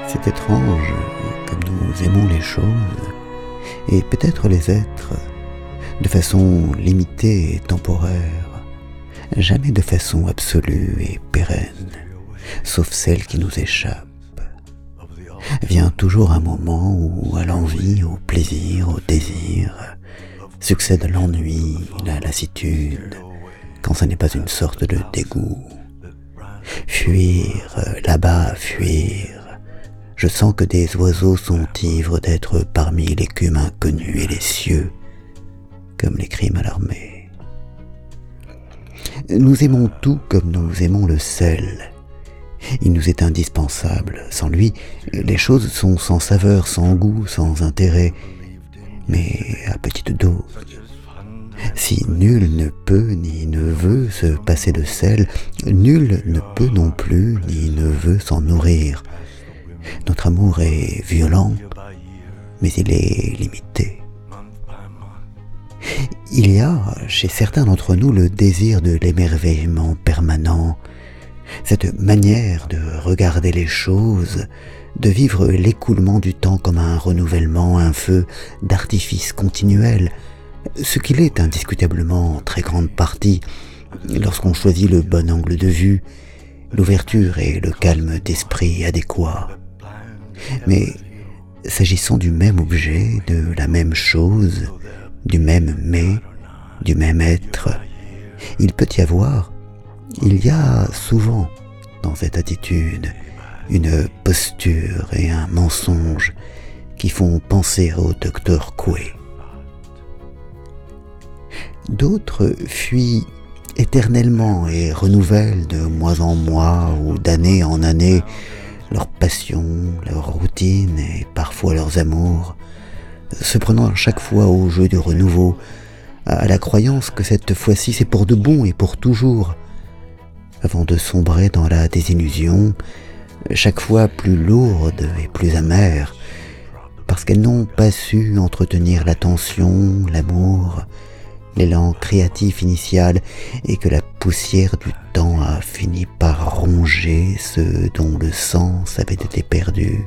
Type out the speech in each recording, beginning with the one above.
C'est étrange comme nous aimons les choses, et peut-être les êtres, de façon limitée et temporaire, jamais de façon absolue et pérenne, sauf celle qui nous échappe. Vient toujours un moment où, à l'envie, au plaisir, au désir, succède l'ennui, la lassitude, quand ce n'est pas une sorte de dégoût. Fuir, là-bas, fuir. Je sens que des oiseaux sont ivres d'être parmi l'écume inconnue et les cieux, comme l'écrit Mallarmé. Nous aimons tout comme nous aimons le sel. Il nous est indispensable. Sans lui, les choses sont sans saveur, sans goût, sans intérêt, mais à petite dose. Si nul ne peut ni ne veut se passer de sel, nul ne peut non plus ni ne veut s'en nourrir. Notre amour est violent, mais il est limité. Il y a chez certains d'entre nous le désir de l'émerveillement permanent, cette manière de regarder les choses, de vivre l'écoulement du temps comme un renouvellement, un feu d'artifice continuel, ce qu'il est indiscutablement en très grande partie lorsqu'on choisit le bon angle de vue, l'ouverture et le calme d'esprit adéquats. Mais s'agissant du même objet, de la même chose, du même mais, du même être, il y a souvent dans cette attitude une posture et un mensonge qui font penser au docteur Coué. D'autres fuient éternellement et renouvellent de mois en mois ou d'année en année leurs passions, leurs routines et parfois leurs amours, se prenant chaque fois au jeu du renouveau, à la croyance que cette fois-ci c'est pour de bon et pour toujours, avant de sombrer dans la désillusion, chaque fois plus lourde et plus amère, parce qu'elles n'ont pas su entretenir l'attention, l'amour, l'élan créatif initial, et que la poussière du temps a fini par ronger ceux dont le sens avait été perdu.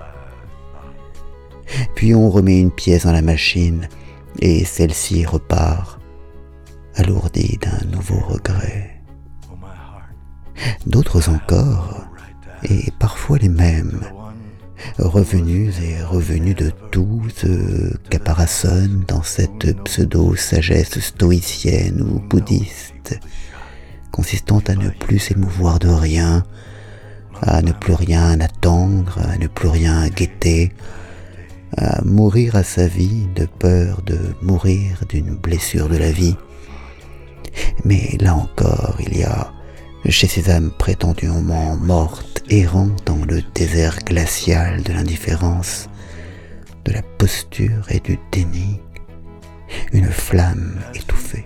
Puis on remet une pièce dans la machine, et celle-ci repart, alourdie d'un nouveau regret. D'autres encore, et parfois les mêmes, revenus et revenus de tout ce caparaçonne dans cette pseudo-sagesse stoïcienne ou bouddhiste, consistant à ne plus s'émouvoir de rien, à ne plus rien attendre, à ne plus rien guetter, à mourir à sa vie de peur de mourir d'une blessure de la vie. Mais là encore, il y a, chez ces âmes prétendument mortes, errant dans le désert glacial de l'indifférence, de la posture et du déni, une flamme étouffée.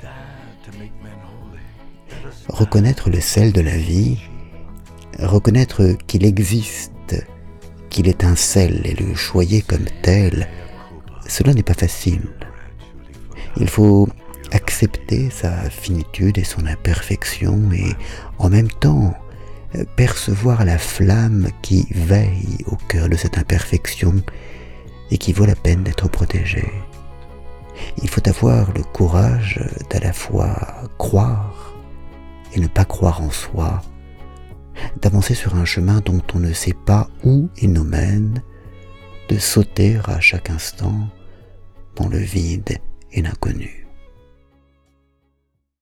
Reconnaître le sel de la vie, reconnaître qu'il existe, qu'il est un sel et le choyer comme tel, cela n'est pas facile. Il faut accepter sa finitude et son imperfection et en même temps percevoir la flamme qui veille au cœur de cette imperfection et qui vaut la peine d'être protégée. Il faut avoir le courage d'à la fois croire et ne pas croire en soi, d'avancer sur un chemin dont on ne sait pas où il nous mène, de sauter à chaque instant dans le vide et l'inconnu.